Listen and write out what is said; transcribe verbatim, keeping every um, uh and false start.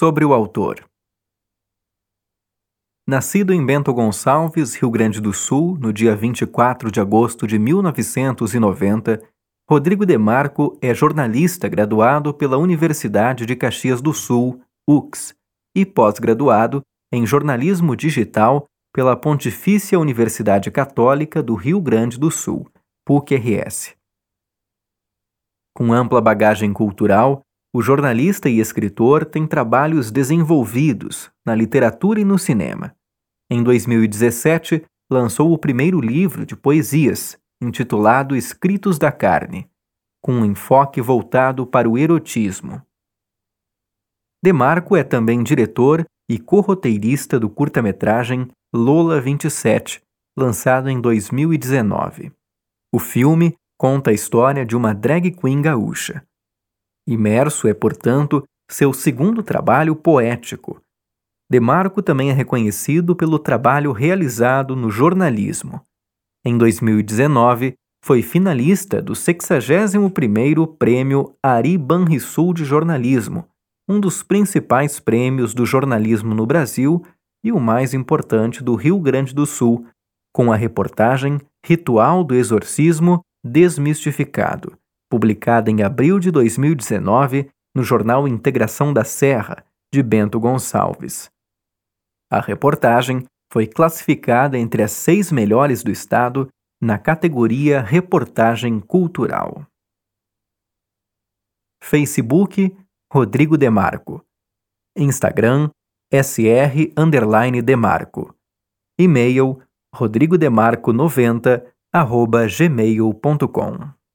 sobre o autor. Nascido em Bento Gonçalves, Rio Grande do Sul, no dia vinte e quatro de agosto de mil novecentos e noventa, Rodrigo Demarco é jornalista graduado pela Universidade de Caxias do Sul, U C S, e pós-graduado em jornalismo digital pela Pontifícia Universidade Católica do Rio Grande do Sul, P U C R S. Com ampla bagagem cultural, o jornalista e escritor tem trabalhos desenvolvidos na literatura e no cinema. Em dois mil e dezessete, lançou o primeiro livro de poesias, intitulado Escritos da Carne, com um enfoque voltado para o erotismo. Demarco é também diretor e corroteirista do curta-metragem Lola vinte e sete, lançado em dois mil e dezenove. O filme conta a história de uma drag queen gaúcha. Imerso é, portanto, seu segundo trabalho poético. Demarco também é reconhecido pelo trabalho realizado no jornalismo. Em dois mil e dezenove, foi finalista do sexagésimo primeiro Prêmio Ari Banrisul de Jornalismo, um dos principais prêmios do jornalismo no Brasil e o mais importante do Rio Grande do Sul, com a reportagem Ritual do Exorcismo Desmistificado, publicada em abril de dois mil e dezenove no jornal Integração da Serra, de Bento Gonçalves. A reportagem foi classificada entre as seis melhores do estado na categoria Reportagem Cultural. Facebook, Rodrigo Demarco. Instagram, sr underline Demarco. E-mail, rodrigodemarco noventa arroba gmail ponto com.